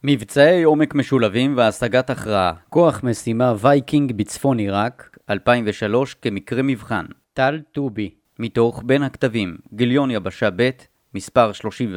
מבצעי עומק משולבים והשגת הכרעה. כוח משימה וייקינג בצפון עיראק, 2003 כמקרה מבחן. טל טובי, מתוך בין הכתבים, גיליון יבשה ב', מספר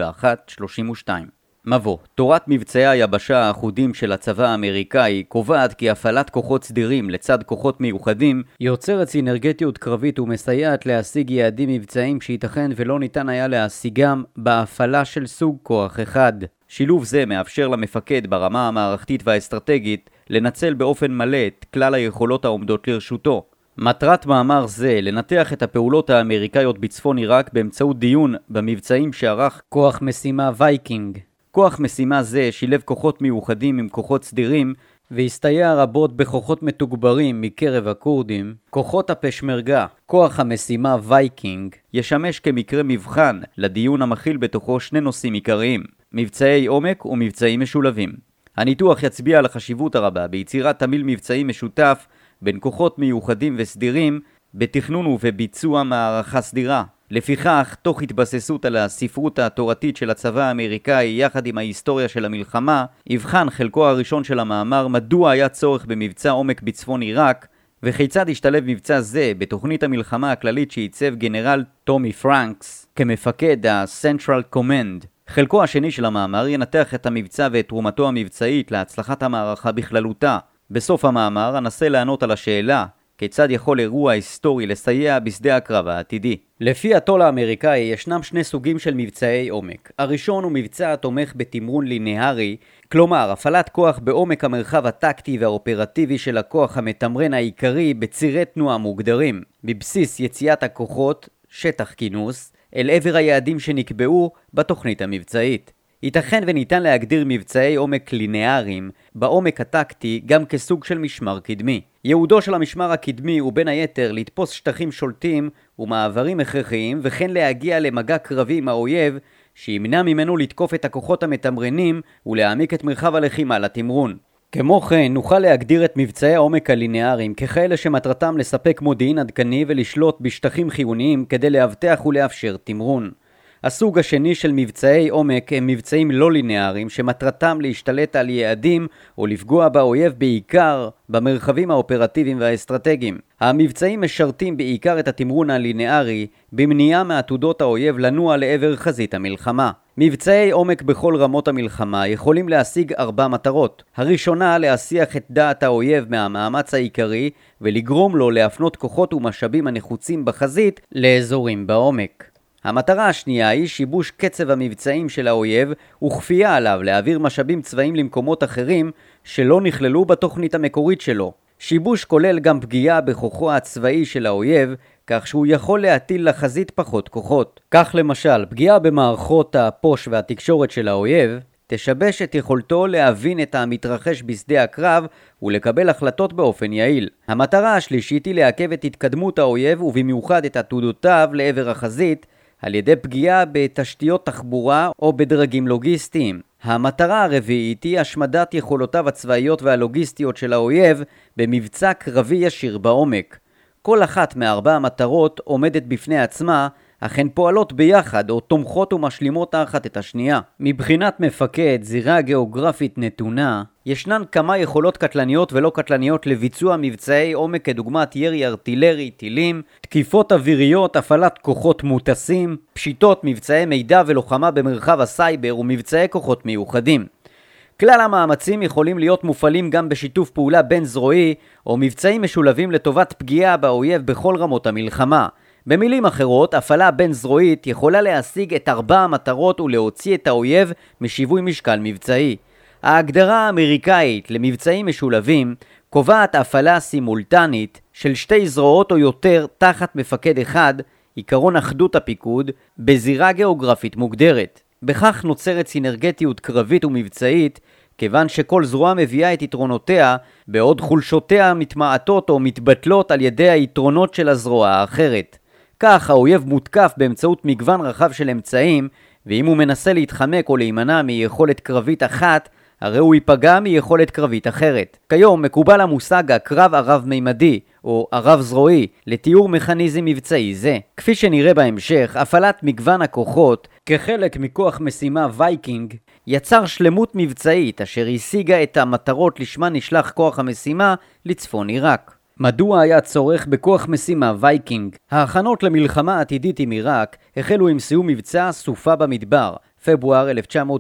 31-32. מבוא, תורת מבצעי היבשה האחודים של הצבא האמריקאי קובעת כי הפעלת כוחות סדירים לצד כוחות מיוחדים יוצרת סינרגטיות קרבית ומסייעת להשיג יעדים מבצעיים שייתכן ולא ניתן היה להשיגם בהפעלה של סוג כוח אחד. שילוב זה מאפשר למפקד ברמה המערכתית והאסטרטגית לנצל באופן מלא את כלל היכולות העומדות לרשותו. מטרת מאמר זה לנתח את הפעולות האמריקאיות בצפון עיראק באמצעות דיון במבצעים שערך כוח משימה וייקינג. כוח משימה זה שילב כוחות מיוחדים עם כוחות סדירים והסתייע רבות בכוחות מתוגברים מקרב הכורדים. כוחות הפשמרגה, כוח המשימה וייקינג, ישמש כמקרה מבחן לדיון המכיל בתוכו שני נושאים עיקריים, מבצעי עומק ומבצעים משולבים. הניתוח יצביע על החשיבות הרבה ביצירת תמהיל מבצעי משותף בין כוחות מיוחדים וסדירים בתכנון ובביצוע מערכה סדירה. לפיכך, תוך התבססות על הספרות התורתית של הצבא האמריקאי יחד עם ההיסטוריה של המלחמה, יבחן חלקו הראשון של המאמר מדוע היה צורך במבצע עומק בצפון עיראק, וכיצד השתלב מבצע זה בתוכנית המלחמה הכללית שייצב גנרל טומי פרנקס כמפקד ה-Central Command. חלקו השני של המאמר ינתח את המבצע ואת תרומתו המבצעית להצלחת המערכה בכללותה. בסוף המאמר אנסה לענות על השאלה כיצד יכול אירוע היסטורי לסייע בשדה הקרב העתידי. לפי התו"ל האמריקאי ישנם שני סוגים של מבצעי עומק. הראשון הוא מבצע התומך בתמרון לינארי, כלומר הפעלת כוח בעומק המרחב הטקטי והאופרטיבי של הכוח המתמרן העיקרי בצירי תנועה מוגדרים, בבסיס יציאת הכוחות, שטח כינוס, אל עבר היעדים שנקבעו בתוכנית המבצעית. ייתכן וניתן להגדיר מבצעי עומק לינאריים בעומק הטקטי גם כסוג של משמר קדמי. ייעודו של המשמר הקדמי הוא בין היתר לתפוס שטחים שולטים ומעברים הכרחיים וכן להגיע למגע קרבי עם האויב שימנע ממנו לתקוף את הכוחות המתמרנים ולהעמיק את מרחב הלחימה לתמרון. כמו כן, נוכל להגדיר את מבצעי העומק הלינאריים ככאלה שמטרתם לספק מודיעין עדכני ולשלוט בשטחים חיוניים כדי להבטח ולאפשר תמרון. הסוג השני של מבצעי עומק הם מבצעים לא לינאריים שמטרתם להשתלט על יעדים או לפגוע באויב בעיקר במרחבים האופרטיביים והאסטרטגיים. המבצעים משרתים בעיקר את התמרון הלינארי במניעה מעתודות האויב לנוע לעבר חזית המלחמה. מבצעי עומק בכל רמות המלחמה יכולים להשיג 4 מטרות. הראשונה, להסיח את דעת האויב מהמאמץ העיקרי ולגרום לו להפנות כוחות ומשאבים הנחוצים בחזית לאזורים בעומק. המטרה השנייה היא שיבוש קצב המבצעים של האויב וכפייה עליו להעביר משאבים צבאיים למקומות אחרים שלא נכללו בתוכנית המקורית שלו. שיבוש כולל גם פגיעה בכוחו הצבאי של האויב, כך שהוא יכול להטיל לחזית פחות כוחות. כך למשל, פגיעה במערכות הפוש והתקשורת של האויב תשבש את יכולתו להבין את המתרחש בשדה הקרב ולקבל החלטות באופן יעיל. המטרה השלישית היא לעכב את התקדמות האויב ובמיוחד את עתודותיו לעבר החזית על ידי פגיעה בתשתיות תחבורה או בדרגים לוגיסטיים. המטרה הרביעית היא השמדת יכולותיו הצבאיות והלוגיסטיות של האויב במבצע קרבי ישיר בעומק. כל אחת מארבע המטרות עומדת בפני עצמה, אך הן פועלות ביחד או תומכות ומשלימות האחת את השנייה. מבחינת מפקד, זירה גיאוגרפית נתונה, ישנן כמה יכולות קטלניות ולא קטלניות לביצוע מבצעי עומק כדוגמת ירי ארטילרי, טילים, תקיפות אוויריות, הפעלת כוחות מוטסים, פשיטות, מבצעי מידע ולוחמה במרחב הסייבר ומבצעי כוחות מיוחדים. כלל המאמצים יכולים להיות מופעלים גם בשיתוף פעולה בין זרועי או מבצעים משולבים לטובת פגיעה באויב בכל רמות המלחמה. במילים אחרות, הפעלה בין זרועית יכולה להשיג את 4 המטרות ולהוציא את האויב משיווי משקל מבצעי. ההגדרה האמריקאית למבצעים משולבים קובעת הפעלה סימולטנית של 2 זרועות או יותר תחת מפקד אחד, עיקרון אחדות הפיקוד, בזירה גיאוגרפית מוגדרת. בכך נוצרת סינרגטיות קרבית ומבצעית, כיוון שכל זרוע מביאה את יתרונותיה, בעוד חולשותיה מתמעטות או מתבטלות על ידי היתרונות של הזרוע האחרת. כך האויב מותקף באמצעות מגוון רחב של אמצעים, ואם הוא מנסה להתחמק או להימנע מיכולת קרבית אחת, הרי הוא ייפגע מיכולת קרבית אחרת. כיום מקובל המושג הקרב הרב-מימדי או הרב-זרועי לתיאור מכניזם מבצעי זה. כפי שנראה בהמשך, הפעלת מגוון הכוחות כחלק מכוח משימה וייקינג יצר שלמות מבצעית אשר השיגה את המטרות לשמה נשלח כוח המשימה לצפון עיראק. מדוע היה צורך בכוח משימה וייקינג? ההכנות למלחמה עתידית עם עיראק החלו עם סיום מבצע סופה במדבר, פברואר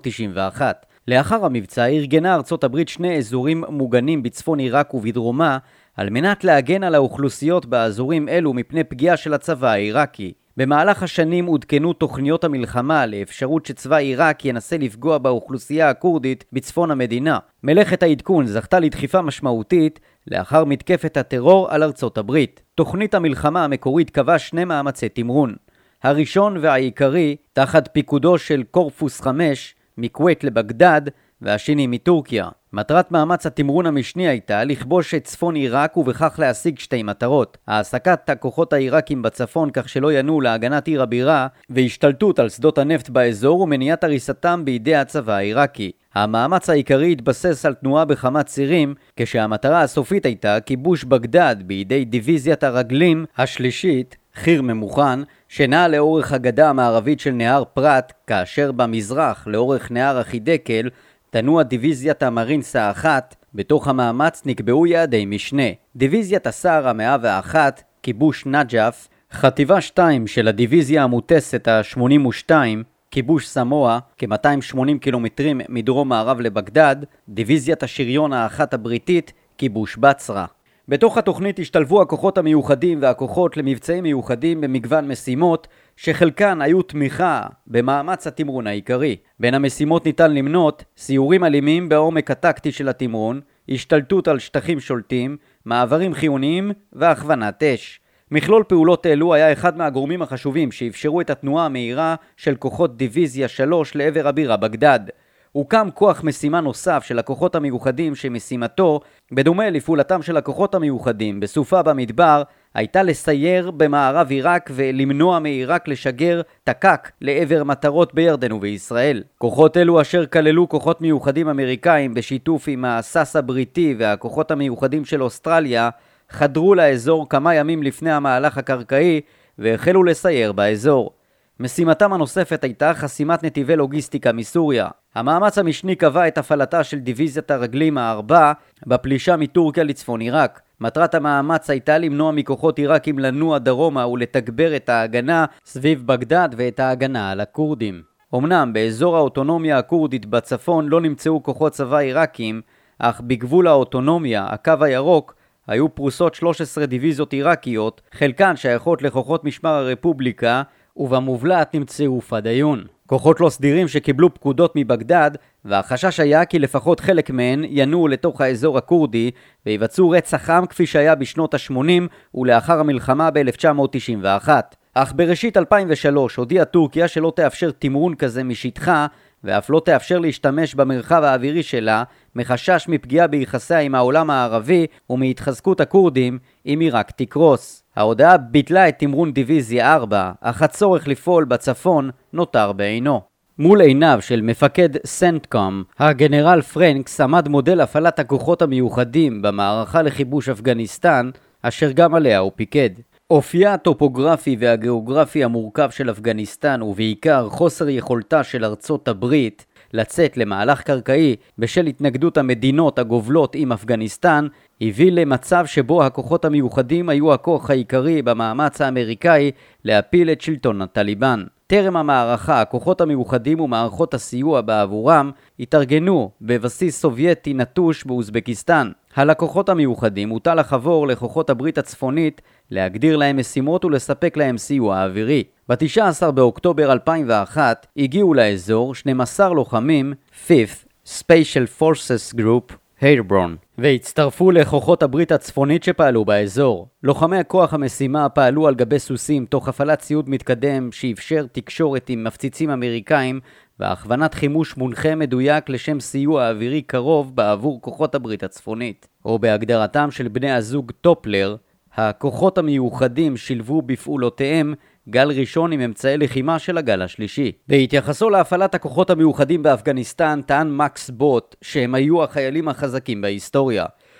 1991. לאחר המבצע ארגנה ארצות הברית שני אזורים מוגנים בצפון עיראק ובדרומה על מנת להגן על האוכלוסיות באזורים אלו מפני פגיעה של הצבא העיראקי. במהלך השנים עודכנו תוכניות המלחמה לאפשרות שצבא עיראק ינסה לפגוע באוכלוסייה הקורדית בצפון המדינה. מלאכת העדכון זכתה לדחיפה משמעותית לאחר מתקפת הטרור על ארצות הברית. תוכנית המלחמה המקורית קבעה שני מאמצי תמרון. הראשון והעיקרי תחת פיקודו של קורפוס 5 מכווית לבגדד והשני מטורקיה. מטרת מאמץ התמרון המשני הייתה לכבוש את צפון עיראק ובכך להשיג שתי מטרות: העסקת הכוחות העיראקים בצפון כך שלא ינועו להגנת עיר הבירה, והשתלטות על שדות הנפט באזור ומניעת הריסתם בידי הצבא העיראקי. המאמץ העיקרי התבסס על תנועה בכמה צירים, כשהמטרה הסופית הייתה כיבוש בגדד בידי דיוויזיית הרגלים השלישית, חיר ממוכן, שנעה לאורך הגדה המערבית של נהר פרת, כאשר במזרח לאורך נהר החידקל תנוע דיוויזיית המרינס האחת. בתוך המאמץ נקבעו יעדי משנה: דיוויזיית הסער ה-101, כיבוש נג'ף; חטיבה 2 של הדיוויזיה המוטסת ה-82, כיבוש סמואה, כ-280 קילומטרים מדרום מערב לבגדד; דיוויזיית השריון האחת הבריטית, כיבוש בצרה. בתוך התוכנית השתלבו הכוחות המיוחדים והכוחות למבצעים מיוחדים במגוון משימות, שחלקן היו תמיכה במאמץ התמרון העיקרי. בין המשימות ניתן למנות סיורים אלימים בעומק הטקטי של התמרון, השתלטות על שטחים שולטים, מעברים חיוניים והכוונת אש. מכלול פעולות אלו היה אחד מהגורמים החשובים שאפשרו את התנועה המהירה של כוחות דיוויזיה 3 לעבר הבירה בגדד. הוקם כוח משימה נוסף של הכוחות המיוחדים שמשימתו, בדומה לפעולתם של הכוחות המיוחדים בסופה במדבר, הייתה לסייר במערב עיראק ולמנוע מעיראק לשגר תקק לעבר מטרות בירדן ובישראל. כוחות אלו אשר כללו כוחות מיוחדים אמריקאים בשיתוף עם הסאס הבריטי והכוחות המיוחדים של אוסטרליה, חדרו לאזור כמה ימים לפני המהלך הקרקעי והחלו לסייר באזור. משימתם הנוספת הייתה חסימת נתיבי לוגיסטיקה מסוריה. המאמץ המשני קבע את הפעלתה של דיוויזיית הרגלים הארבע בפלישה מטורקיה לצפון עיראק. מטרת המאמץ הייתה למנוע מכוחות עיראקים לנוע דרומה ולתגבר את ההגנה סביב בגדד ואת ההגנה על הכורדים. אמנם באזור האוטונומיה הקורדית בצפון לא נמצאו כוחות צבא עיראקים, אך בגבול האוטונומיה, הקו הירוק, היו פרוסות 13 דיוויזיות עיראקיות, חלקן שייכות לכוחות משמר הרפובליקה, ובמובלעת נמצאו פדאיון. כוחות לא סדירים שקיבלו פקודות מבגדד, והחשש היה כי לפחות חלק מהן ינועו לתוך האזור הקורדי ויבצעו רצח עם כפי שהיה בשנות ה-80 ולאחר המלחמה ב-1991. אך בראשית 2003 הודיעה טורקיה שלא תאפשר תמרון כזה משטחה, ואף לא תאפשר להשתמש במרחב האווירי שלה, מחשש מפגיעה ביחסיה עם העולם הערבי ומהתחזקות הקורדים אם עיראק תקרוס. ההודעה ביטלה את תמרון דיוויזיה 4, אך הצורך לפעול בצפון נותר בעינו. מול עיניו של מפקד סנטקום, הגנרל פרנקס עמד מודל הפעלת הכוחות המיוחדים במערכה לכיבוש אפגניסטן, אשר גם עליה הוא פיקד. אופייה הטופוגרפי והגיאוגרפי המורכב של אפגניסטן ובעיקר חוסר יכולתה של ארצות הברית לצאת למהלך קרקעי בשל התנגדות המדינות הגובלות עם אפגניסטן, הביא למצב שבו הכוחות המיוחדים היו הכוח העיקרי במאמץ האמריקאי להפיל את שלטון הטליבן. טרם המערכה, הכוחות המיוחדים ומערכות הסיוע בעבורם התארגנו בבסיס סובייטי נטוש באוזבקיסטן. על הכוחות המיוחדים הוטל לחבור לכוחות הברית הצפונית להגדיר להם משימות ולספק להם סיוע אווירי. ב-19 באוקטובר 2001 הגיעו לאזור 12 לוחמים 5th Special Forces Group היירברון והצטרפו לכוחות הברית הצפונית שפעלו באזור. לוחמי הכוח המשימה פעלו על גבי סוסים תוך הפעלת ציוד מתקדם שאפשר תקשורת עם מפציצים אמריקאים והכוונת חימוש מונחה מדויק לשם סיוע אווירי קרוב בעבור כוחות הברית הצפונית. או בהגדרתם של בני הזוג טופלר, הכוחות המיוחדים שילבו בפעולותיהם גל ראשון עם אמצעי לחימה של הגל השלישי. בהתייחסו להפעלת הכוחות המיוחדים באפגניסטן טען מקס בוט שהם היו החיילים החזקים בהיסטוריה.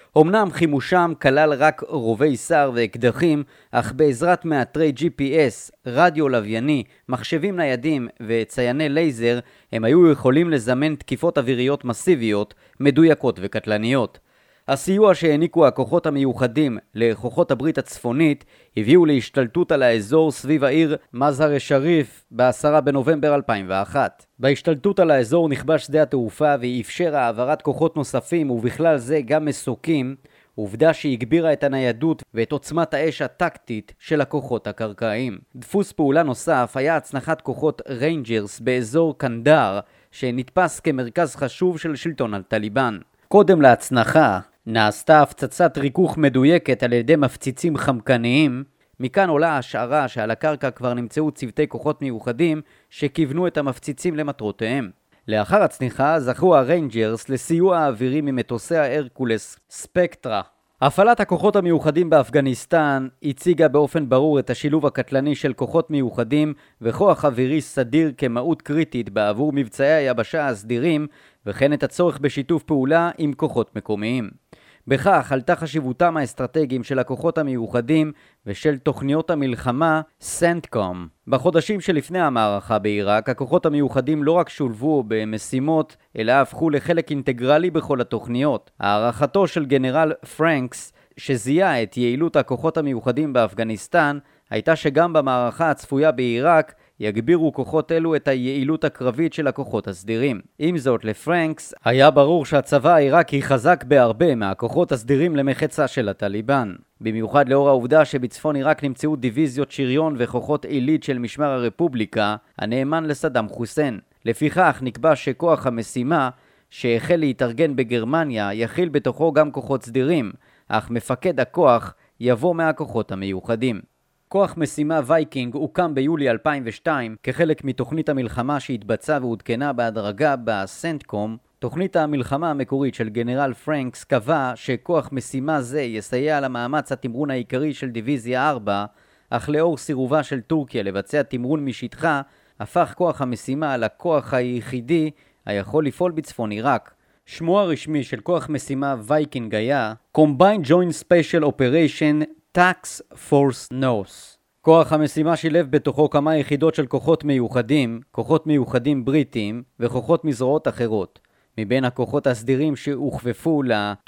אמנם חימושם כלל רק רובי שר ואקדחים, אך בעזרת מאתרי GPS, רדיו לווייני, מחשבים ניידים וצייני לייזר, הם היו יכולים לזמן תקיפות אוויריות מסיביות, מדויקות וקטלניות. הסיוע שהעניקו הכוחות המיוחדים לכוחות הברית הצפונית הביאו להשתלטות על האזור סביב העיר מזהר שריף ב-10 בנובמבר 2001. בהשתלטות על האזור נכבש שדה התעופה ואפשר העברת כוחות נוספים ובכלל זה גם מסוקים, עובדה שהגבירה את הניידות ואת עוצמת האש הטקטית של הכוחות הקרקעיים. דפוס פעולה נוסף היה הצנחת כוחות ריינג'רס באזור קנדר שנתפס כמרכז חשוב של שלטון הטליבן. קודם להצנחה נעשתה הפצצת ריכוך מדויקת על ידי מפציצים חמקניים. מכאן עולה השערה שעל הקרקע כבר נמצאו צוותי כוחות מיוחדים שכיוונו את המפציצים למטרותיהם. לאחר הצניחה זכו הריינג'רס לסיוע האווירי ממטוסי ההרקולס ספקטרה. הפעלת הכוחות המיוחדים באפגניסטן הציגה באופן ברור את השילוב הקטלני של כוחות מיוחדים וכוח אווירי סדיר כמהות קריטית בעבור מבצעי היבשה הסדירים וכן את הצורך בשיתוף פעולה עם כוחות מקומיים. בכך עלתה חשיבותם האסטרטגיים של הכוחות המיוחדים ושל תוכניות המלחמה סנטקום. בחודשים שלפני המערכה בעיראק, הכוחות המיוחדים לא רק שולבו במשימות, אלא הפכו לחלק אינטגרלי בכל התוכניות. הערכתו של גנרל פרנקס, שזיהה את יעילות הכוחות המיוחדים באפגניסטן, הייתה שגם במערכה הצפויה בעיראק, יגבירו כוחות אלו את היעילות הקרבית של הכוחות הסדירים. עם זאת, לפרנקס היה ברור שהצבא העיראקי חזק בהרבה מהכוחות הסדירים למחצה של הטליבן. במיוחד לאור העובדה שבצפון עיראק נמצאו דיוויזיות שריון וכוחות עילית של משמר הרפובליקה, הנאמן לסדאם חוסיין. לפיכך נקבע שכוח המשימה שהחל להתארגן בגרמניה יכיל בתוכו גם כוחות סדירים, אך מפקד הכוח יבוא מהכוחות המיוחדים. כוח משימה וייקינג הוקם ביולי 2002 כחלק מתוכנית המלחמה שהתבצעה והודכנה בהדרגה בסנטקום. תוכנית המלחמה המקורית של גנרל פרנקס קבע שכוח משימה זה יסייע למאמץ התמרון העיקרי של דיוויזיה 4, אך לאור סירובה של טורקיה לבצע תמרון משטחה, הפך כוח המשימה לכוח היחידי היכול לפעול בצפון עיראק. שמו הרשמי של כוח משימה וייקינג היה Combined Joint Special Operation Task Force NOS. כוח המשימה שילב בתוכו כמה יחידות של כוחות מיוחדים בריטיים וכוחות מזרועות אחרות, מבין הכוחות הסדירים שהוכפפו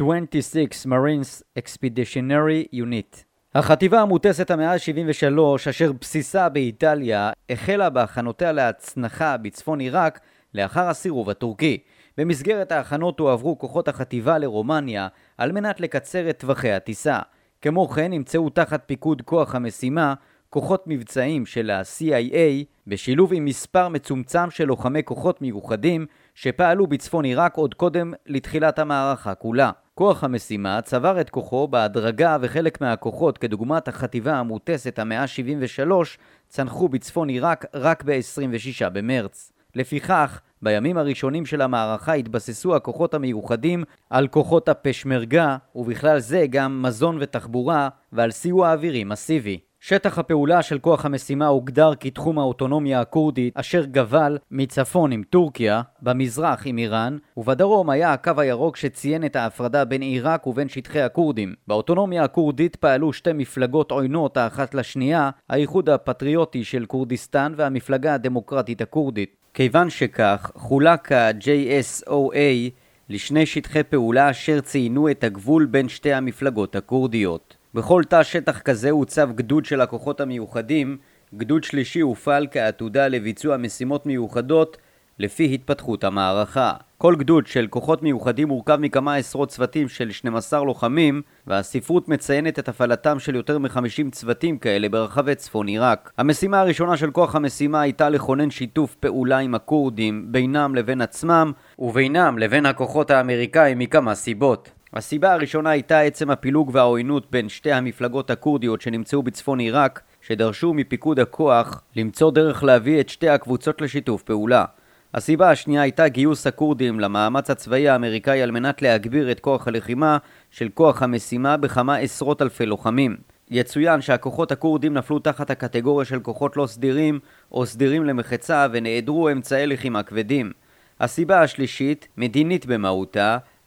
ל-26 Marines Expeditionary Unit. החטיבה המוטסת ה-173, אשר בסיסה באיטליה, החלה בהכנותיה להצנחה בצפון עיראק לאחר הסירוב הטורקי. במסגרת ההכנות הועברו כוחות החטיבה לרומניה על מנת לקצר את טווחי הטיסה. כמו כן נמצאו תחת פיקוד כוח המשימה כוחות מבצעיים של ה-CIA בשילוב עם מספר מצומצם של לוחמי כוחות מיוחדים שפעלו בצפון עיראק עוד קודם לתחילת המערכה כולה. כוח המשימה צבר את כוחו בהדרגה וחלק מהכוחות כדוגמת החטיבה המוטסת ה-173 צנחו בצפון עיראק רק ב-26 במרץ. לפיכך, בימים הראשונים של המערכה התבססו הכוחות המיוחדים על כוחות הפשמרגה, ובכלל זה גם מזון ותחבורה, ועל סיוע אווירי מסיבי. שטח הפעולה של כוח המשימה הוגדר כתחום האוטונומיה הקורדית, אשר גבל מצפון עם טורקיה, במזרח עם איראן, ובדרום היה הקו הירוק שציין את ההפרדה בין עיראק ובין שטחי הקורדים. באוטונומיה הקורדית פעלו שתי מפלגות עוינות האחת לשנייה, האיחוד הפטריוטי של קורדיסטן והמפלגה הדמוקרטית הקורדית. כיוון שכך, חולק ה-JSOA לשני שטחי פעולה אשר ציינו את הגבול בין שתי המפלגות הקורדיות. בכל תא שטח כזה הוצב גדוד של הכוחות המיוחדים, גדוד שלישי הופעל כעתודה לביצוע משימות מיוחדות לפי התפתחות המערכה. כל גדוד של כוחות מיוחדים מורכב מכמה עשרות צוותים של 12 לוחמים, והספרות מציינת את הפעלתם של יותר מ-50 צוותים כאלה ברחבי צפון עיראק. המשימה הראשונה של כוח המשימה הייתה לכונן שיתוף פעולה עם הקורדים בינם לבין עצמם ובינם לבין הכוחות האמריקאים מכמה סיבות. הסיבה הראשונה הייתה עצם הפילוג והעוינות בין שתי המפלגות הקורדיות שנמצאו בצפון עיראק, שדרשו מפיקוד הכוח למצוא דרך להביא את שתי הקבוצות לשיתוף פעולה. הסיבה השנייה הייתה גיוס הקורדים למאמץ הצבאי האמריקאי על מנת להגביר את כוח הלחימה של כוח המשימה בכמה עשרות אלפי לוחמים. יצוין שהכוחות הקורדים נפלו תחת הקטגוריה של כוחות לא סדירים או סדירים למחצה ונעדרו אמצעי לחימה כבדים. הסיבה השלישית, מדינית במהותה,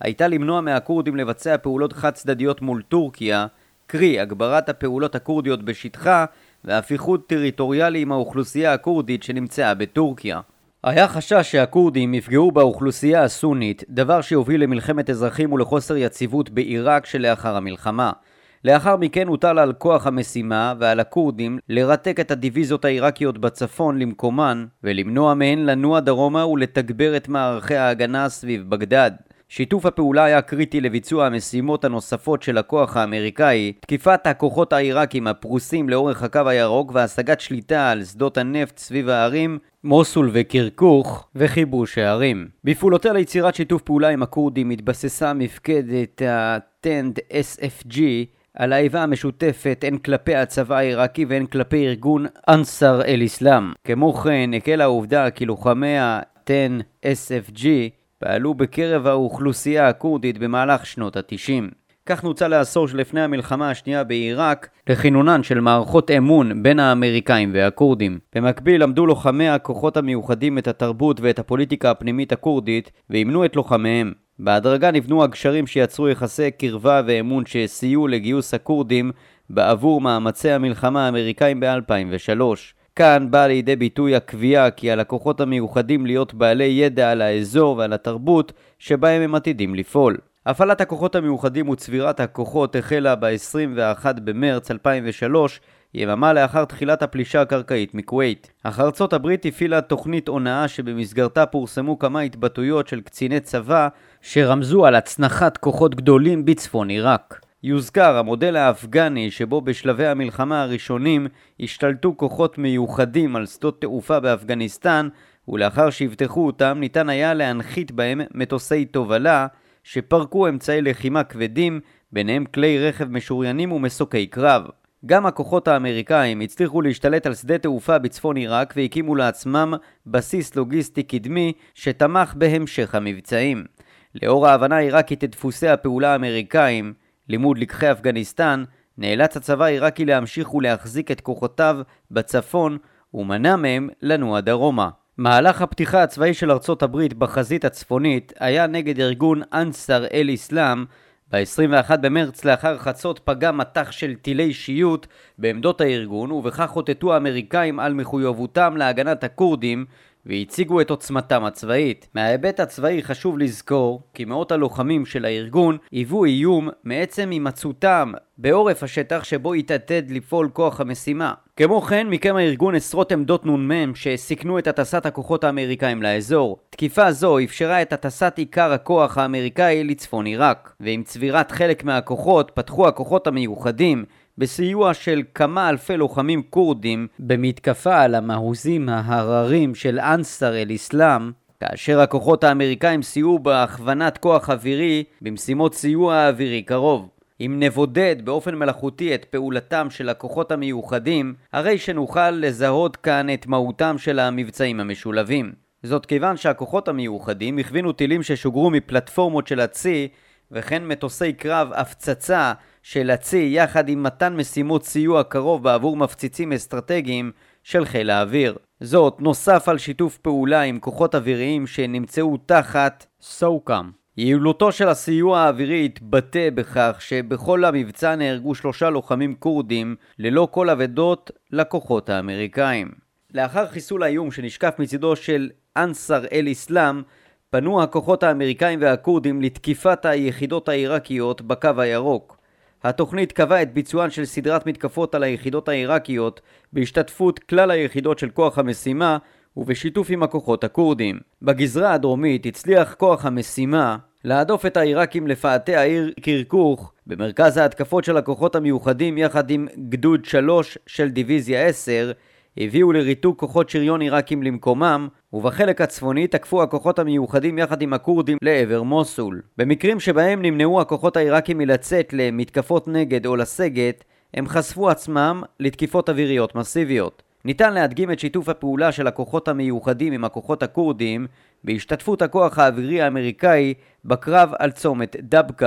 הייתה למנוע מהכורדים לבצע פעולות חד צדדיות מול טורקיה, קרי הגברת הפעולות הכורדיות בשטחה והפיכות טריטוריאלי עם האוכלוסייה הכורדית שנמצאה בטורקיה. היה חשש שהכורדים יפגעו באוכלוסייה הסונית, דבר שיוביל למלחמת אזרחים ולחוסר יציבות בעיראק שלאחר המלחמה. לאחר מכן הוטל על כוח המשימה ועל הכורדים לרתק את הדיוויזיות העיראקיות בצפון למקומן ולמנוע מהן לנוע דרומה ולתגבר את מערכי ההגנה סביב בגדד. שיתוף הפעולה היה קריטי לביצוע המשימות הנוספות של הכוח האמריקאי, תקיפת הכוחות העיראקים הפרוסים לאורך הקו הירוק והשגת שליטה על שדות הנפט סביב הערים מוסול וקירקוך וכיבוש הערים. בפעולותיה ליצירת שיתוף פעולה עם הכורדים התבססה מפקדת הטנד SFG על האיבה המשותפת הן כלפי הצבא העיראקי והן כלפי ארגון אנסר אל-אסלאם. כמו כן, הקלה העובדה כי לוחמי ה-10 SFG פעלו בקרב האוכלוסייה הכורדית במהלך שנות ה-90. כך נוצא לעשור שלפני המלחמה השנייה בעיראק לכינונן של מערכות אמון בין האמריקאים והכורדים. במקביל עמדו לוחמי הכוחות המיוחדים את התרבות ואת הפוליטיקה הפנימית הכורדית ואימנו את לוחמיהם. בהדרגה נבנו הגשרים שיצרו יחסי קרבה ואמון שסייעו לגיוס הכורדים בעבור מאמצי המלחמה האמריקאים ב-2003. כאן בא לידי ביטוי הקביעה כי על הכוחות המיוחדים להיות בעלי ידע על האזור ועל התרבות שבהם הם עתידים לפעול. הפעלת הכוחות המיוחדים וצבירת הכוחות החלה ב-21 במרץ 2003, יממה לאחר תחילת הפלישה הקרקעית מכווית. אך ארצות הברית הפעילה תוכנית הונאה שבמסגרתה פורסמו כמה התבטאויות של קציני צבא שרמזו על הצנחת כוחות גדולים בצפון עיראק. יוזכר המודל האפגני שבו בשלבי המלחמה הראשונים השתלטו כוחות מיוחדים על שדות תעופה באפגניסטן, ולאחר שהבטחו אותם ניתן היה להנחית בהם מטוסי תובלה שפרקו אמצעי לחימה כבדים, ביניהם כלי רכב משוריינים ומסוקי קרב. גם הכוחות האמריקאים הצליחו להשתלט על שדה תעופה בצפון עיראק והקימו לעצמם בסיס לוגיסטי קדמי שתמך בהמשך המבצעים. לאור ההבנה העיראקית את דפוסי הפעולה האמריקאים, לימוד לקחי אפגניסטן, נאלץ הצבא העיראקי להמשיך ולהחזיק את כוחותיו בצפון ומנע מהם לנוע דרומה. מהלך הפתיחה הצבאי של ארצות הברית בחזית הצפונית היה נגד ארגון אנסר אל-אסלאם. ב-21 במרץ לאחר חצות פגע מטח של טילי שיוט בעמדות הארגון, ובכך חוטטו האמריקאים על מחויבותם להגנת הכורדים והציגו את עוצמתם הצבאית. מההיבט הצבאי חשוב לזכור כי מאות הלוחמים של הארגון היוו איום מעצם הימצאותם בעורף השטח שבו התעתד לפעול כוח המשימה. כמו כן, מיקם הארגון עשרות עמדות נ"מ שסיכנו את הטסת הכוחות האמריקאים לאזור. תקיפה זו אפשרה את הטסת עיקר הכוח האמריקאי לצפון עיראק, ועם צבירת חלק מהכוחות פתחו הכוחות המיוחדים בסיוע של כמה אלפי לוחמים קורדים במתקפה על המהוזים ההררים של אנסר אל-אסלאם, כאשר הכוחות האמריקאים סייעו בהכוונת כוח אווירי במשימות סיוע אווירי קרוב. אם נבודד באופן מלאכותי את פעולתם של הכוחות המיוחדים, הרי שנוכל לזהות כאן את מהותם של המבצעים המשולבים. זאת כיוון שהכוחות המיוחדים הכווינו טילים ששוגרו מפלטפורמות של הצי, וכן מטוסי קרב הפצצה של הצי יחד עם מתן משימות סיוע קרוב בעבור מפציצים אסטרטגיים של חיל האוויר. זאת נוסף על שיתוף פעולה עם כוחות אוויריים שנמצאו תחת סוקם. יעילותו של הסיוע האווירי התבטא בכך שבכל המבצע נהרגו 3 לוחמים קורדים ללא כל אבדות לכוחות האמריקאים. לאחר חיסול האיום שנשקף מצידו של אנסר אל-אסלאם, פנו הכוחות האמריקאים והקורדים לתקיפת היחידות העיראקיות בקו הירוק. התוכנית קבעה את ביצוען של סדרת מתקפות על היחידות העיראקיות בהשתתפות כלל היחידות של כוח המשימה ובשיתוף עם הכוחות הקורדים. בגזרה הדרומית הצליח כוח המשימה להדוף את העיראקים לפאתי העיר קירקוך במרכז ההתקפות של הכוחות המיוחדים יחד עם גדוד 3 של דיוויזיה 10, הביאו לריתוק כוחות שריון עיראקים למקומם, ובחלק הצפוני תקפו הכוחות המיוחדים יחד עם הקורדים לעבר מוסול. במקרים שבהם נמנעו הכוחות העיראקים מלצאת למתקפות נגד או לסגת, הם חשפו עצמם לתקיפות אוויריות מסיביות. ניתן להדגים את שיתוף הפעולה של הכוחות המיוחדים עם הכוחות הקורדים בהשתתפות הכוח האווירי האמריקאי בקרב על צומת דבקה.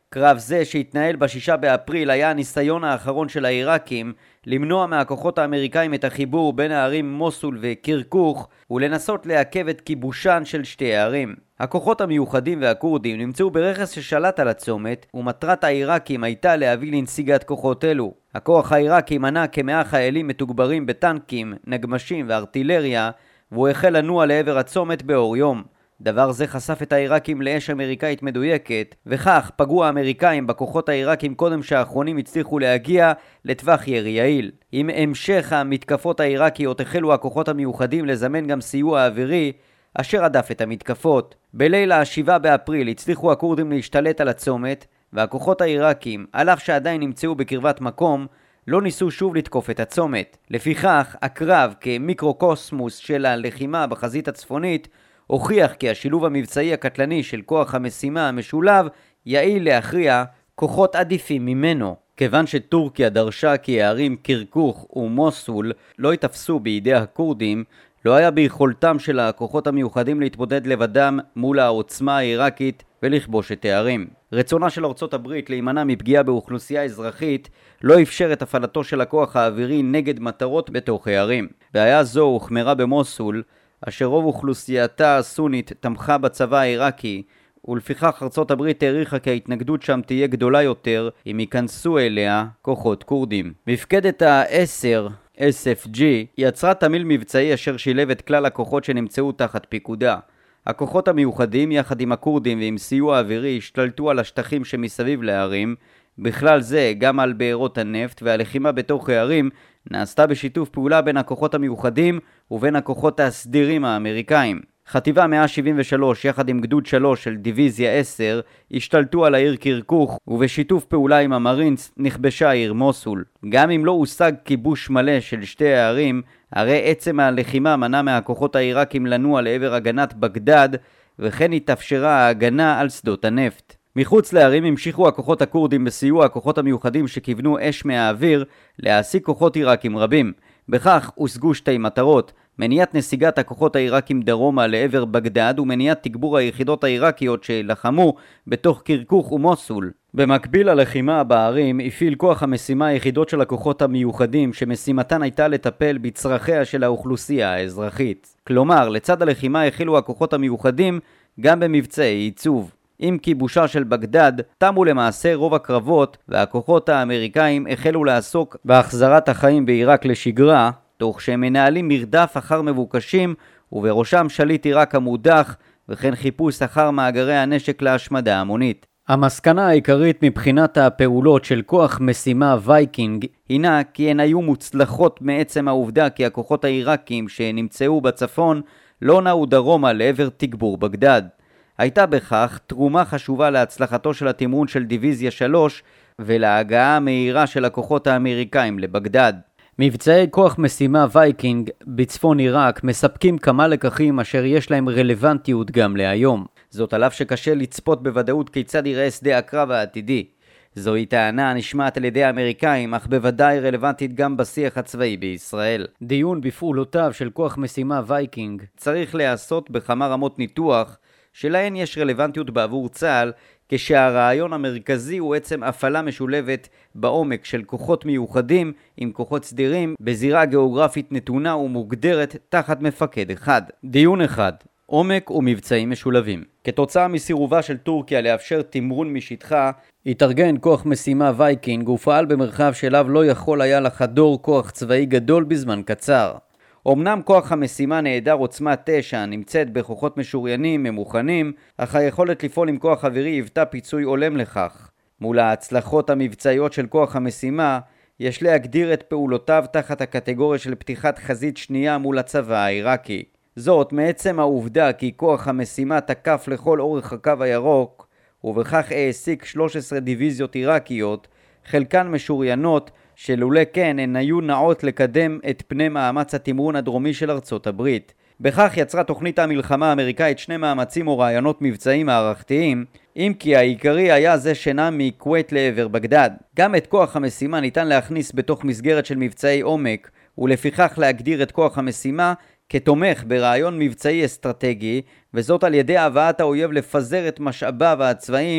קרב זה שהתנהל ב6 באפריל היה הניסיון האחרון של העיראקים למנוע מהכוחות האמריקאים את החיבור בין הערים מוסול וקירקוך ולנסות לעכב את כיבושן של שתי הערים. הכוחות המיוחדים והקורדים נמצאו ברכס ששלט על הצומת, ומטרת העיראקים הייתה להביא לנסיגת כוחות אלו. הכוח העיראקי מנה כ100 חיילים מתוגברים בטנקים, נגמשים וארטילריה, והוא החל לנוע לעבר הצומת באור יום. דבר זה חשף את העיראקים לאש אמריקאית מדויקת, וכך פגעו האמריקאים בכוחות העיראקים קודם שהאחרונים הצליחו להגיע לטווח ירי יעיל. עם המשך המתקפות העיראקיות החלו הכוחות המיוחדים לזמן גם סיוע אווירי, אשר הדף את המתקפות. בליל ה7 באפריל הצליחו הקורדים להשתלט על הצומת, והכוחות העיראקים, על אף שעדיין נמצאו בקרבת מקום, לא ניסו שוב לתקוף את הצומת. לפיכך, הקרב כמיקרוקוסמוס של הלחימה בחזית הצפונית, הוכיח כי השילוב המבצעי הקטלני של כוח המשימה המשולב יעיל להכריע כוחות עדיפים ממנו. כיוון שטורקיה דרשה כי הערים קירקוך ומוסול לא יתפסו בידי הקורדים, לא היה ביכולתם של הכוחות המיוחדים להתמודד לבדם מול העוצמה העיראקית ולכבוש את הערים. רצונה של ארצות הברית להימנע מפגיעה באוכלוסייה אזרחית לא אפשר את הפעלתו של הכוח האווירי נגד מטרות בתוך הערים. בעיה זו הוחמרה במוסול, אשר רוב אוכלוסייתה הסונית תמכה בצבא העיראקי, ולפיכך ארצות הברית העריכה כי ההתנגדות שם תהיה גדולה יותר אם ייכנסו אליה כוחות קורדים. מפקדת ה-10 SFG יצרה תמיל מבצעי אשר שילב את כלל הכוחות שנמצאו תחת פיקודה. הכוחות המיוחדים יחד עם הקורדים ועם סיוע אווירי השתלטו על השטחים שמסביב לערים, בכלל זה גם על בארות הנפט, והלחימה בתוך הערים נעשתה בשיתוף פעולה בין הכוחות המיוחדים ובין הכוחות הסדירים האמריקאים. חטיבה 173 יחד עם גדוד 3 של דיוויזיה 10 השתלטו על העיר קירקוך, ובשיתוף פעולה עם המרינס נכבשה העיר מוסול. גם אם לא הושג כיבוש מלא של שתי הערים, הרי עצם הלחימה מנע מהכוחות העיראקים לנוע לעבר הגנת בגדד, וכן התאפשרה ההגנה על שדות הנפט. מחוץ לערים המשיכו הכוחות הקורדים בסיוע הכוחות המיוחדים שכיוונו אש מהאוויר להעסיק כוחות עיראקים רבים. בכך הושגו שתי מטרות: מניעת נסיגת הכוחות העיראקים דרומה לעבר בגדד ומניעת תגבור היחידות העיראקיות שלחמו בתוך קירקוך ומוסול. במקביל ללחימה בערים הפעיל כוח המשימה היחידות של הכוחות המיוחדים שמשימתן הייתה לטפל בצרכיה של האוכלוסייה האזרחית. כלומר, לצד הלחימה החלו הכוחות המיוחדים גם במבצעי עיצוב. עם כיבושה של בגדד תמו למעשה רוב הקרבות, והכוחות האמריקאים החלו לעסוק בהחזרת החיים בעיראק לשגרה, תוך שהם מנהלים מרדף אחר מבוקשים, ובראשם שליט עיראק המודח, וכן חיפוש אחר מאגרי הנשק להשמדה המונית. המסקנה העיקרית מבחינת הפעולות של כוח משימה וייקינג הינה כי הן היו מוצלחות מעצם העובדה כי הכוחות העיראקים שנמצאו בצפון לא נעו דרומה לעבר תגבור בגדד. הייתה בכך תרומה חשובה להצלחתו של התמרון של דיוויזיה 3 ולהגעה המהירה של הכוחות האמריקאים לבגדד. מבצעי כוח משימה וייקינג בצפון עיראק מספקים כמה לקחים אשר יש להם רלוונטיות גם להיום. זאת על אף שקשה לצפות בוודאות כיצד ייראה שדה הקרב העתידי. זוהי טענה נשמעת על ידי האמריקאים, אך בוודאי רלוונטית גם בשיח הצבאי בישראל. דיון בפעולותיו של כוח משימה וייקינג צריך להיעשות בכמה רמות ניתוח, שלהן יש רלוונטיות בעבור צה"ל, כשהרעיון המרכזי הוא עצם הפעלה משולבת בעומק של כוחות מיוחדים עם כוחות סדירים בזירה גיאוגרפית נתונה ומוגדרת תחת מפקד אחד. דיון אחד: עומק ומבצעים משולבים. כתוצאה מסירובה של טורקיה לאפשר תמרון משטחה, התארגן כוח משימה וייקינג ופעל במרחב שאליו לא יכול היה לחדור כוח צבאי גדול בזמן קצר. אמנם כוח המשימה נעדר עוצמה 9 נמצאת בכוחות משוריינים ממוכנים, אך היכולת לפעול עם כוח אווירי היוותה פיצוי הולם לכך. מול ההצלחות המבצעיות של כוח המשימה, יש להגדיר את פעולותיו תחת הקטגוריה של פתיחת חזית שנייה מול הצבא העיראקי. זאת מעצם העובדה כי כוח המשימה תקף לכל אורך הקו הירוק, ובכך העסיק 13 דיוויזיות עיראקיות, חלקן משוריינות, שלולא כן הן היו נעות לקדם את פני מאמץ התמרון הדרומי של ארצות הברית. בכך יצרה תוכנית המלחמה האמריקאית שני מאמצים או רעיונות מבצעיים מערכתיים, אם כי העיקרי היה זה שנע מכווית לעבר בגדד. גם את כוח המשימה ניתן להכניס בתוך מסגרת של מבצעי עומק, ולפיכך להגדיר את כוח המשימה כתומך ברעיון מבצעי אסטרטגי, וזאת על ידי הבאת האויב לפזר את משאביו הצבאיים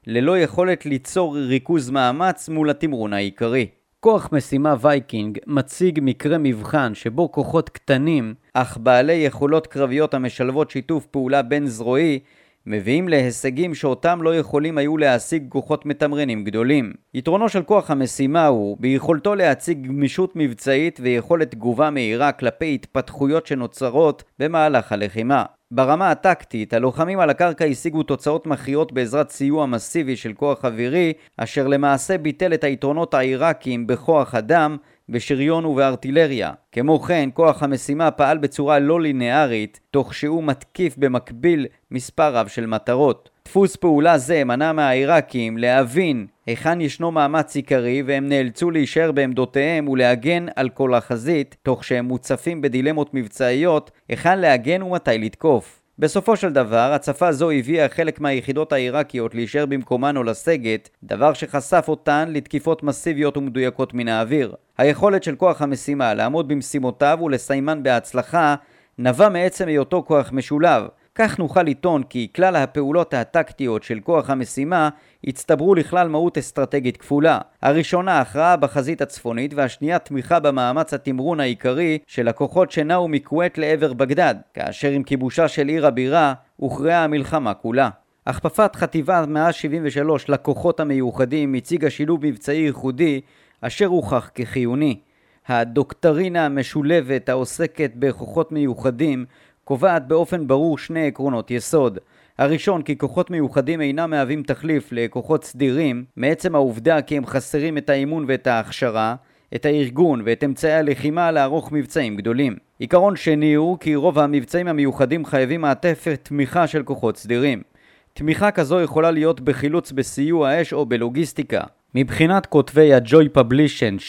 ללא יכולת ליצור ריכוז מאמץ מול התמרון העיקרי. כוח משימה וייקינג מציג מקרה מבחן שבו כוחות קטנים, אך בעלי יכולות קרביות המשלבות שיתוף פעולה בין זרועי, מביאים להישגים שאותם לא יכולים היו להשיג כוחות מתמרנים גדולים. יתרונו של כוח המשימה הוא ביכולתו להציג גמישות מבצעית ויכולת תגובה מהירה כלפי התפתחויות שנוצרות במהלך הלחימה. ברמה הטקטית, הלוחמים על הקרקע השיגו תוצאות מכריעות בעזרת סיוע מסיבי של כוח אווירי, אשר למעשה ביטל את היתרונות העיראקיים בכוח אדם, בשריון ובארטילריה. כמו כן, כוח המשימה פעל בצורה לא לינארית, תוך שהוא מתקיף במקביל מספר רב של מטרות. דפוס פעולה זה מנע מהעיראקים להבין היכן ישנו מאמץ עיקרי, והם נאלצו להישאר בעמדותיהם ולהגן על כל החזית, תוך שהם מוצפים בדילמות מבצעיות, היכן להגן ומתי לתקוף. בסופו של דבר, הצפה זו הביאה חלק מהיחידות העיראקיות להישאר במקומן או לסגת, דבר שחשף אותן לתקיפות מסיביות ומדויקות מן האוויר. היכולת של כוח המשימה לעמוד במשימותיו ולסיימן בהצלחה נבע מעצם היותו כוח משולב. כך נוכל לטעון כי כלל הפעולות הטקטיות של כוח המשימה הצטברו לכלל מהות אסטרטגית כפולה. הראשונה הכרעה בחזית הצפונית, והשנייה תמיכה במאמץ התמרון העיקרי של הכוחות שנעו מכווית לעבר בגדד, כאשר עם כיבושה של עיר הבירה הוכרעה המלחמה כולה. הכפפת חטיבה 173 לכוחות המיוחדים הציגה שילוב מבצעי ייחודי אשר הוכח כחיוני. הדוקטרינה המשולבת העוסקת בכוחות מיוחדים קובעת באופן ברור שני עקרונות יסוד. הראשון, כי כוחות מיוחדים אינם מהווים תחליף לכוחות סדירים, מעצם העובדה כי הם חסרים את האימון ואת ההכשרה, את הארגון ואת אמצעי הלחימה לערוך מבצעים גדולים. עיקרון שני הוא כי רוב המבצעים המיוחדים חייבים מעטפת תמיכה של כוחות סדירים. תמיכה כזו יכולה להיות בחילוץ בסיוע אש או בלוגיסטיקה. מבחינת כותבי הג'וי פבלישן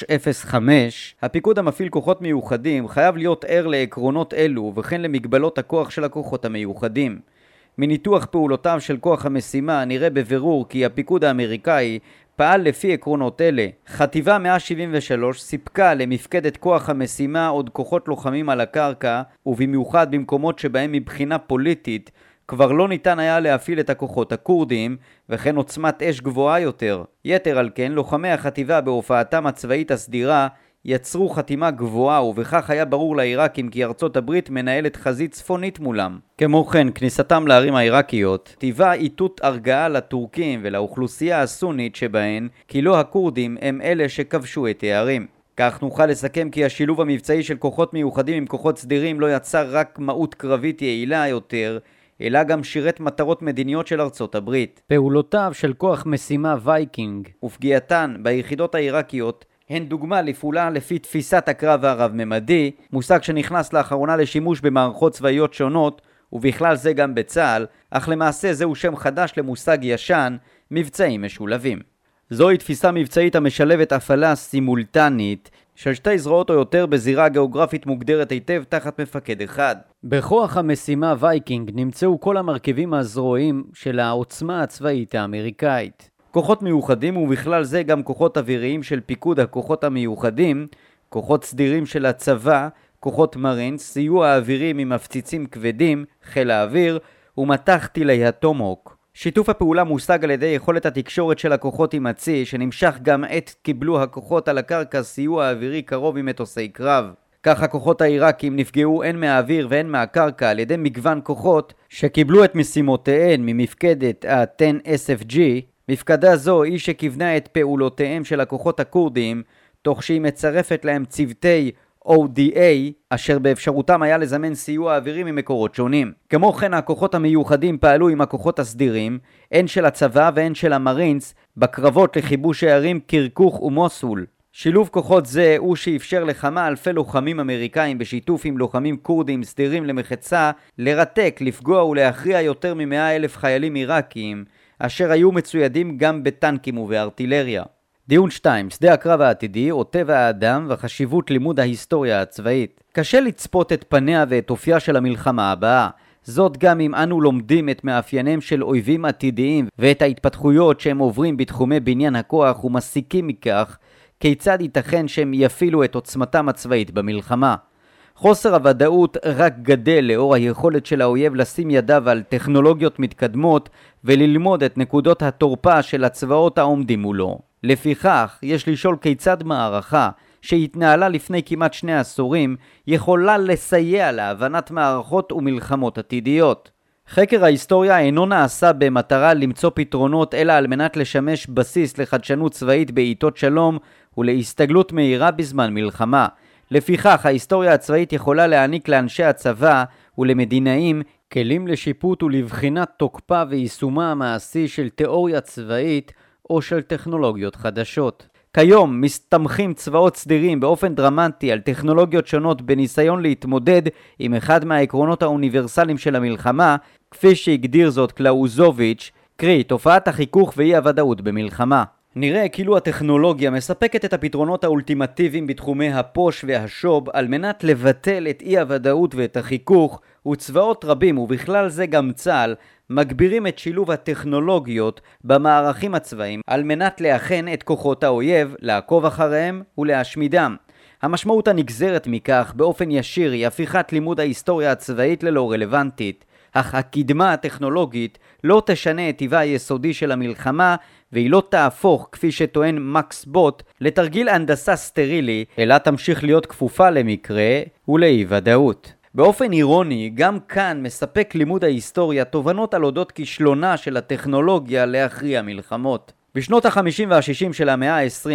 305, הפיקוד המפעיל כוחות מיוחדים חייב להיות ער לעקרונות אלו וכן למגבלות הכוח של הכוחות המיוחדים. מניתוח פעולותיו של כוח המשימה נראה בבירור כי הפיקוד האמריקאי פעל לפי עקרונות אלה. חטיבה 173 סיפקה למפקדת כוח המשימה עוד כוחות לוחמים על הקרקע, ובמיוחד במקומות שבהם מבחינה פוליטית כבר לא ניתן היה להפעיל את הכוחות הקורדים, וכן עוצמת אש גבוהה יותר. יתר על כן, לוחמי החטיבה בהופעתם הצבאית הסדירה יצרו חתימה גבוהה, ובכך היה ברור לעיראקים כי ארצות הברית מנהלת חזית צפונית מולם. כמו כן, כניסתם לערים העיראקיות טיבה איתות הרגעה לטורקים ולאוכלוסייה הסונית שבהן, כי לא הקורדים הם אלה שכבשו את הערים. כך נוכל לסכם כי השילוב המבצעי של כוחות מיוחדים עם כוחות סדירים לא יצר רק מהות קרבית יעילה יותר, אלא גם שירת מטרות מדיניות של ארצות הברית. פעולותיו של כוח משימה וייקינג ופגיעתן ביחידות העיראקיות הן דוגמה לפעולה לפי תפיסת הקרב הרב-ממדי, מושג שנכנס לאחרונה לשימוש במערכות צבאיות שונות, ובכלל זה גם בצה"ל, אך למעשה זהו שם חדש למושג ישן, מבצעים משולבים. זוהי תפיסה מבצעית המשלבת הפעלה סימולטנית של שתי זרועות או יותר בזירה גיאוגרפית מוגדרת היטב תחת מפקד אחד. בכוח המשימה וייקינג נמצאו כל המרכיבים הזרועיים של העוצמה הצבאית האמריקאית. כוחות מיוחדים ובכלל זה גם כוחות אוויריים של פיקוד הכוחות המיוחדים, כוחות סדירים של הצבא, כוחות מרינס, סיוע אווירי ממפציצים כבדים, חיל האוויר ומטח טילי הטומהוק. שיתוף הפעולה מושג על ידי יכולת התקשורת של הכוחות עם הצי, שנמשך גם עת קיבלו הכוחות על הקרקע סיוע אווירי קרוב ממטוסי קרב. כך הכוחות העיראקים נפגעו הן מהאוויר והן מהקרקע על ידי מגוון כוחות שקיבלו את משימותיהן ממפקדת ה-10SFG. מפקדה זו היא שכיוונה את פעולותיהם של הכוחות הקורדים, תוך שהיא מצרפת להם צוותי ODA, אשר באפשרותם היה לזמן סיוע אווירי ממקורות שונים. כמו כן, הכוחות המיוחדים פעלו עם הכוחות הסדירים, הן של הצבא והן של המרינס, בקרבות לכיבוש הערים קירקוך ומוסול. שילוב כוחות זה הוא שאפשר לכמה אלפי לוחמים אמריקאים בשיתוף עם לוחמים קורדים סדירים למחצה, לרתק, לפגוע ולהכריע יותר מ100,000 חיילים עיראקיים, אשר היו מצוידים גם בטנקים ובארטילריה. דיון 2. שדה הקרב העתידי או טבע האדם וחשיבות לימוד ההיסטוריה הצבאית. קשה לצפות את פניה ואת אופייה של המלחמה הבאה. זאת גם אם אנו לומדים את מאפייניהם של אויבים עתידיים ואת ההתפתחויות שהם עוברים בתחומי בניין הכוח ומסיקים מכך כיצד ייתכן שהם יפעילו את עוצמתם הצבאית במלחמה. חוסר הוודאות רק גדל לאור היכולת של האויב לשים ידיו על טכנולוגיות מתקדמות וללמוד את נקודות התורפה של הצבאות העומדים מולו. לפיכך, יש לשאול כיצד מערכה שהתנהלה לפני כמעט 2 עשורים יכולה לסייע להבנת מערכות ומלחמות עתידיות. חקר ההיסטוריה אינו נעשה במטרה למצוא פתרונות אלא על מנת לשמש בסיס לחדשנות צבאית בעיתות שלום ולהסתגלות מהירה בזמן מלחמה. לפיכך, ההיסטוריה הצבאית יכולה להעניק לאנשי הצבא ולמדינאים כלים לשיפוט ולבחינת תוקפה ויישומה המעשי של תיאוריה צבאית או של טכנולוגיות חדשות. כיום מסתמכים צבאות סדירים באופן דרמטי על טכנולוגיות שונות בניסיון להתמודד עם אחד מהעקרונות האוניברסליים של המלחמה, כפי שהגדיר זאת קלאוזוביץ', קרי תופעת החיכוך ואי הוודאות במלחמה. נראה כאילו הטכנולוגיה מספקת את הפתרונות האולטימטיביים בתחומי הפוש והשוב על מנת לבטל את אי הוודאות ואת החיכוך, וצבאות רבים ובכלל זה גם צה"ל מגבירים את שילוב הטכנולוגיות במערכים הצבאיים על מנת להכן את כוחות האויב, לעקוב אחריהם ולהשמידם. המשמעות הנגזרת מכך באופן ישיר היא הפיכת לימוד ההיסטוריה הצבאית ללא רלוונטית, אך הקדמה הטכנולוגית לא תשנה את טבעה היסודי של המלחמה והיא לא תהפוך, כפי שטוען מקס בוט, לתרגיל הנדסה סטרילי, אלא תמשיך להיות כפופה למקרה ולאי ודאות. באופן אירוני, גם כאן מספק לימוד ההיסטוריה תובנות על אודות כישלונה של הטכנולוגיה להכריע מלחמות. בשנות ה-50 וה-60 של המאה ה-20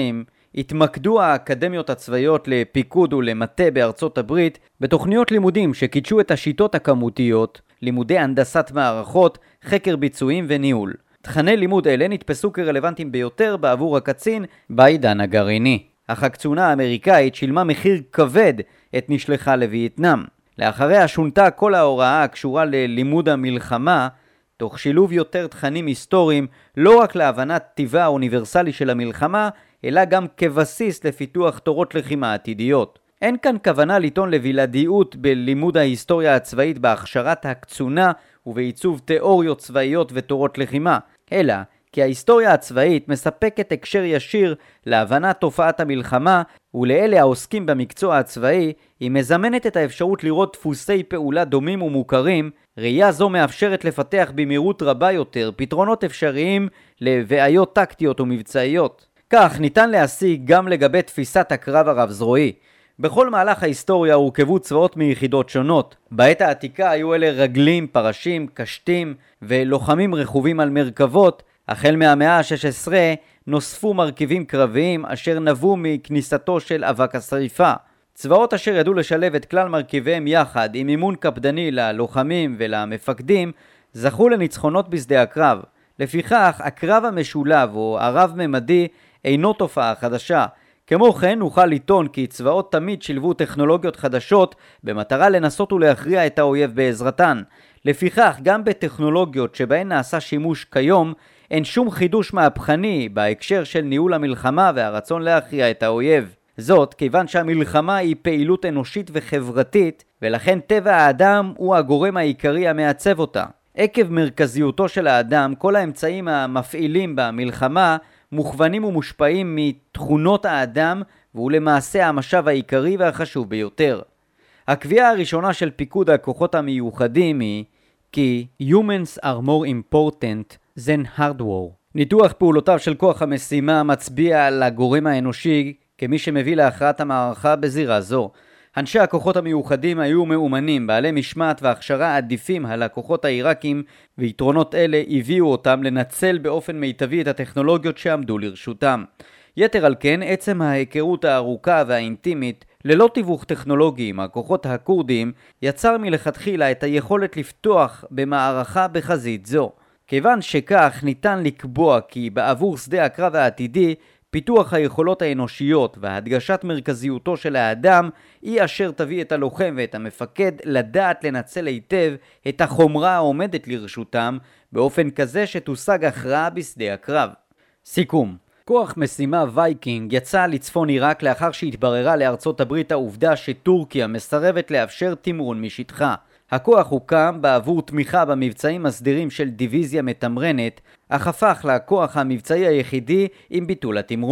התמקדו האקדמיות הצבאיות לפיקוד ולמטה בארצות הברית בתוכניות לימודים שקידשו את השיטות הכמותיות, לימודי הנדסת מערכות, חקר ביצועים וניהול. תכני לימוד אלה נתפסו כרלוונטיים ביותר בעבור הקצין בעידן הגרעיני. אך הקצונה האמריקאית שילמה מחיר כבד עת נשלחה לווייטנאם. לאחריה שונתה כל ההוראה הקשורה ללימוד המלחמה, תוך שילוב יותר תכנים היסטוריים, לא רק להבנת טבעה האוניברסלי של המלחמה, אלא גם כבסיס לפיתוח תורות לחימה עתידיות. אין כאן כוונה לטעון לבלעדיות בלימוד ההיסטוריה הצבאית בהכשרת הקצונה ובעיצוב תיאוריות צבאיות ותורות לחימה, אלא כי ההיסטוריה הצבאית מספקת הקשר ישיר להבנת תופעת המלחמה, ולאלה העוסקים במקצוע הצבאי היא מזמנת את האפשרות לראות דפוסי פעולה דומים ומוכרים. ראייה זו מאפשרת לפתח במהירות רבה יותר פתרונות אפשריים לבעיות טקטיות ומבצעיות. כך ניתן להשיג גם לגבי תפיסת הקרב הרב-זרועי. בכל מהלך ההיסטוריה הורכבו צבאות מיחידות שונות. בעת העתיקה היו אלה רגלים, פרשים, קשתים ולוחמים רכובים על מרכבות. החל מהמאה ה-16 נוספו מרכיבים קרביים אשר נבעו מכניסתו של אבק השריפה. צבאות אשר ידעו לשלב את כלל מרכיביהם יחד עם אימון קפדני ללוחמים ולמפקדים זכו לניצחונות בשדה הקרב. לפיכך, הקרב המשולב או הרב-ממדי אינו תופעה חדשה. כמו כן, נוכל לטעון כי צבאות תמיד שילבו טכנולוגיות חדשות במטרה לנסות ולהכריע את האויב בעזרתן. לפיכך, גם בטכנולוגיות שבהן נעשה שימוש כיום, אין שום חידוש מהפכני בהקשר של ניהול המלחמה והרצון להכריע את האויב. זאת כיוון שהמלחמה היא פעילות אנושית וחברתית, ולכן טבע האדם הוא הגורם העיקרי המעצב אותה. עקב מרכזיותו של האדם, כל האמצעים המפעילים במלחמה מוכוונים ומושפעים מתכונות האדם, והוא למעשה המשאב העיקרי והחשוב ביותר. הקביעה הראשונה של פיקוד הכוחות המיוחדים היא כי humans are more important than hardware. ניתוח פעולותיו של כוח המשימה מצביע על הגורם האנושי כמי שמביא להכרעת המערכה בזירה זו. אנשי הכוחות המיוחדים היו מאומנים, בעלי משמעת והכשרה עדיפים על הכוחות העיראקים, ויתרונות אלה הביאו אותם לנצל באופן מיטבי את הטכנולוגיות שעמדו לרשותם. יתר על כן, עצם ההיכרות הארוכה והאינטימית ללא תיווך טכנולוגי עם הכוחות הקורדים יצר מלכתחילה את היכולת לפתוח במערכה בחזית זו. כיוון שכך ניתן לקבוע כי בעבור שדה הקרב העתידי פיתוח היכולות האנושיות והדגשת מרכזיותו של האדם היא אשר תביא את הלוחם ואת המפקד לדעת לנצל היטב את החומרה העומדת לרשותם באופן כזה שתושג הכרעה בשדה הקרב. סיכום: כוח משימה וייקינג יצא לצפון עיראק לאחר שהתבררה לארצות הברית העובדה שטורקיה מסרבת לאפשר תמרון משטחה. הכוח הוקם בעבור תמיכה במבצעים הסדירים של דיוויזיה מתמרנת, אך הפך לכוח המבצעי היחידי עם ביטול התמרון.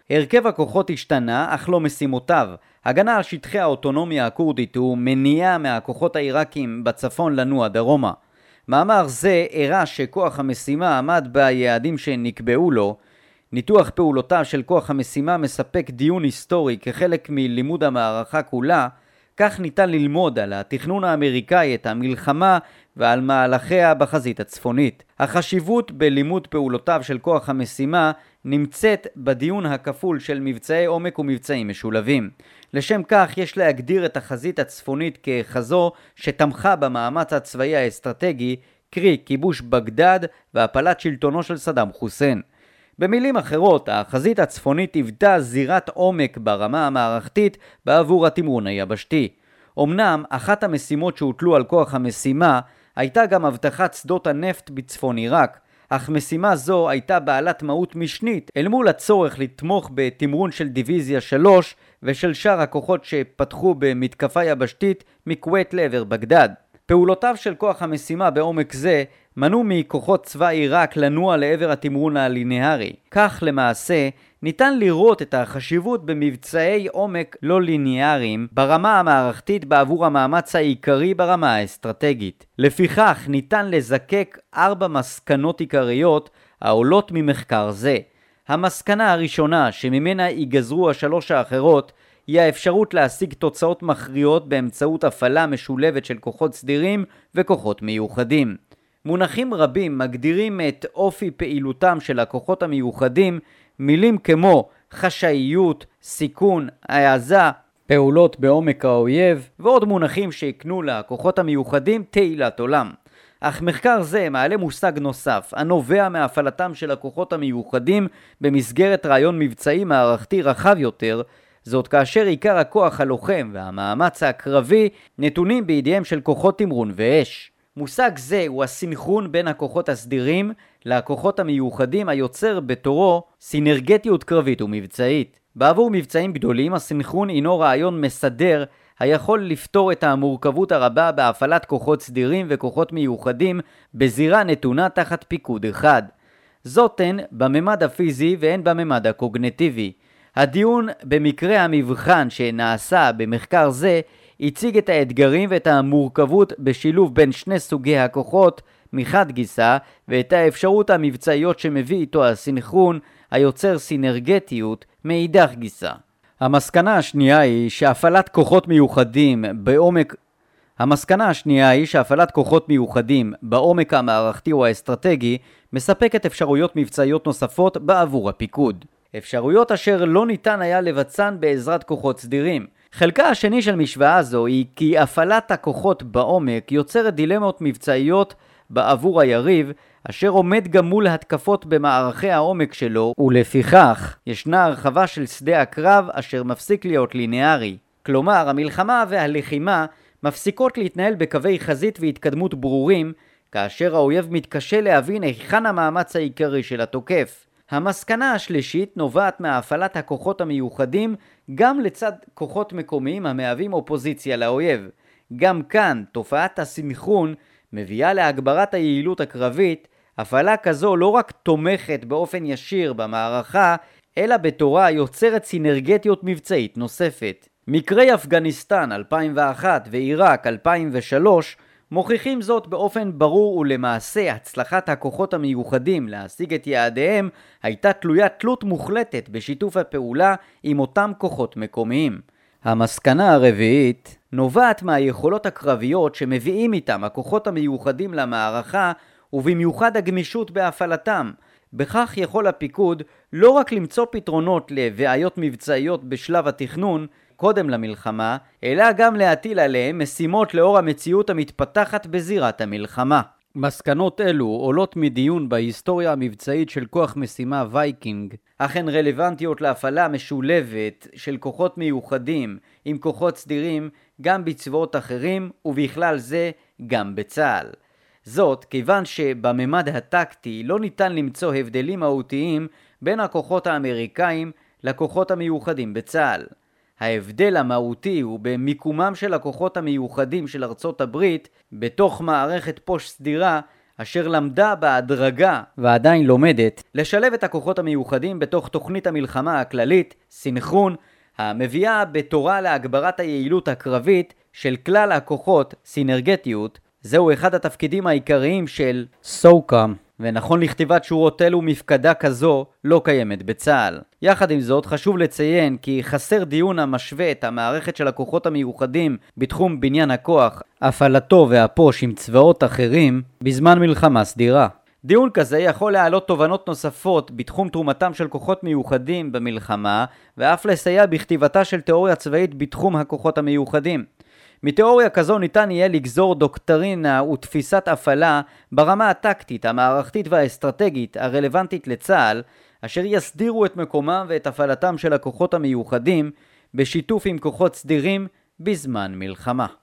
הרכב הכוחות השתנה, אך לא משימותיו. הגנה על שטחי האוטונומיה הקורדית ומניעה מהכוחות העיראקים בצפון לנוע דרומה. מאמר זה הראה שכוח המשימה עמד ביעדים שנקבעו לו. ניתוח פעולותיו של כוח המשימה מספק דיון היסטורי כחלק מלימוד המערכה כולה. כך ניתן ללמוד על התכנון האמריקאי את המלחמה ועל מהלכיה בחזית הצפונית. החשיבות בלימוד פעולותיו של כוח המשימה נמצאת בדיון הכפול של מבצעי עומק ומבצעים משולבים. לשם כך יש להגדיר את החזית הצפונית ככזו שתמכה במאמץ הצבאי האסטרטגי, קרי כיבוש בגדד והפלת שלטונו של סדאם חוסיין. במילים אחרות, החזית הצפונית היוותה זירת עומק ברמה המערכתית בעבור התמרון היבשתי. אמנם אחת המשימות שהוטלו על כוח המשימה הייתה גם הבטחת שדות הנפט בצפון עיראק, אך משימה זו הייתה בעלת מהות משנית אל מול הצורך לתמוך בתמרון של דיוויזיה 3 ושל שאר הכוחות שפתחו במתקפה יבשתית מכווית לעבר בגדד. פעולותיו של כוח המשימה בעומק זה מנעו מכוחות צבא עיראק לנוע לעבר התמרון הליניארי. כך למעשה ניתן לראות את החשיבות במבצעי עומק לא ליניאריים ברמה המערכתית בעבור המאמץ העיקרי ברמה האסטרטגית. לפיכך ניתן לזקק 4 מסקנות עיקריות העולות ממחקר זה. המסקנה הראשונה שממנה ייגזרו 3 האחרות היא האפשרות להשיג תוצאות מכריעות באמצעות הפעלה משולבת של כוחות סדירים וכוחות מיוחדים. מונחים רבים מגדירים את אופי פעילותם של הכוחות המיוחדים, מילים כמו חשאיות, סיכון, העזה, פעולות בעומק האויב ועוד מונחים שיקנו לכוחות המיוחדים תהילת עולם. אך מחקר זה מעלה מושג נוסף הנובע מהפעלתם של הכוחות המיוחדים במסגרת רעיון מבצעי מערכתי רחב יותר, זאת כאשר עיקר הכוח הלוחם והמאמץ הקרבי נתונים בידיהם של כוחות תמרון ואש. מושג זה הוא הסינכרון בין הכוחות הסדירים לכוחות המיוחדים היוצר בתורו סינרגטיות קרבית ומבצעית. בעבור מבצעים גדולים הסינכרון הינו רעיון מסדר היכול לפתור את המורכבות הרבה בהפעלת כוחות סדירים וכוחות מיוחדים בזירה נתונה תחת פיקוד אחד. זאת הן בממד הפיזי והן בממד הקוגניטיבי. הדיון במקרה המבחן שנעשה במחקר זה הציג את האתגרים ואת המורכבות בשילוב בין שני סוגי הכוחות מחד גיסא ואת האפשרות המבצעיות שמביא איתו הסינכרון היוצר סינרגטיות מאידך גיסא. המסקנה השנייה היא שהפעלת כוחות מיוחדים בעומק המערכתי או האסטרטגי מספקת אפשרויות מבצעיות נוספות בעבור הפיקוד. אפשרויות אשר לא ניתן היה לבצען בעזרת כוחות סדירים. חלקה השני של משוואה זו היא כי הפעלת הכוחות בעומק יוצרת דילמות מבצעיות בעבור היריב, אשר עומד גם מול התקפות במערכי העומק שלו, ולפיכך ישנה הרחבה של שדה הקרב אשר מפסיק להיות ליניארי. כלומר, המלחמה והלחימה מפסיקות להתנהל בקווי חזית והתקדמות ברורים, כאשר האויב מתקשה להבין היכן המאמץ העיקרי של התוקף. המסקנה השלישית נובעת מהפעלת הכוחות המיוחדים גם לצד כוחות מקומיים המהווים אופוזיציה לאויב. גם כאן תופעת הסינכרון מביאה להגברת היעילות הקרבית. הפעלה כזו לא רק תומכת באופן ישיר במערכה, אלא בתורה יוצרת סינרגטיות מבצעית נוספת. מקרי אפגניסטן 2001 ועיראק 2003 מוכיחים זאת באופן ברור, ולמעשה הצלחת הכוחות המיוחדים להשיג את יעדיהם הייתה תלויה תלות מוחלטת בשיתוף הפעולה עם אותם כוחות מקומיים. המסקנה הרביעית נובעת מהיכולות הקרביות שמביאים איתם הכוחות המיוחדים למערכה, ובמיוחד הגמישות בהפעלתם. בכך יכול הפיקוד לא רק למצוא פתרונות לבעיות מבצעיות בשלב התכנון קודם למלחמה, אלא גם להטיל עליהם משימות לאור המציאות המתפתחת בזירת המלחמה. מסקנות אלו עולות מדיון בהיסטוריה המבצעית של כוח משימה וייקינג, אך הן רלוונטיות להפעלה משולבת של כוחות מיוחדים עם כוחות סדירים גם בצבאות אחרים, ובכלל זה גם בצה"ל. זאת כיוון שבממד הטקטי לא ניתן למצוא הבדלים מהותיים בין הכוחות האמריקאים לכוחות המיוחדים בצה"ל. ההבדל המהותי הוא במיקומם של הכוחות המיוחדים של ארצות הברית בתוך מערכת פוש סדירה, אשר למדה בהדרגה ועדיין לומדת לשלב את הכוחות המיוחדים בתוך תוכנית המלחמה הכללית, סינכרון, המביאה בתורה להגברת היעילות הקרבית של כלל הכוחות, סינרגטיות. זהו אחד התפקידים העיקריים של סוקאם, ונכון לכתיבת שורות אלו מפקדה כזו לא קיימת בצה"ל. יחד עם זאת חשוב לציין כי חסר דיון המשווה את המערכת של הכוחות המיוחדים בתחום בניין הכוח, הפעלתו והפוש עם צבאות אחרים בזמן מלחמה סדירה. דיון כזה יכול להעלות תובנות נוספות בתחום תרומתם של כוחות מיוחדים במלחמה, ואף לסייע בכתיבתה של תיאוריה צבאית בתחום הכוחות המיוחדים. מתיאוריה כזו ניתן יהיה לגזור דוקטרינה ותפיסת הפעלה ברמה הטקטית, המערכתית והאסטרטגית הרלוונטית לצה"ל, אשר יסדירו את מקומם ואת הפעלתם של הכוחות המיוחדים בשיתוף עם כוחות סדירים בזמן מלחמה.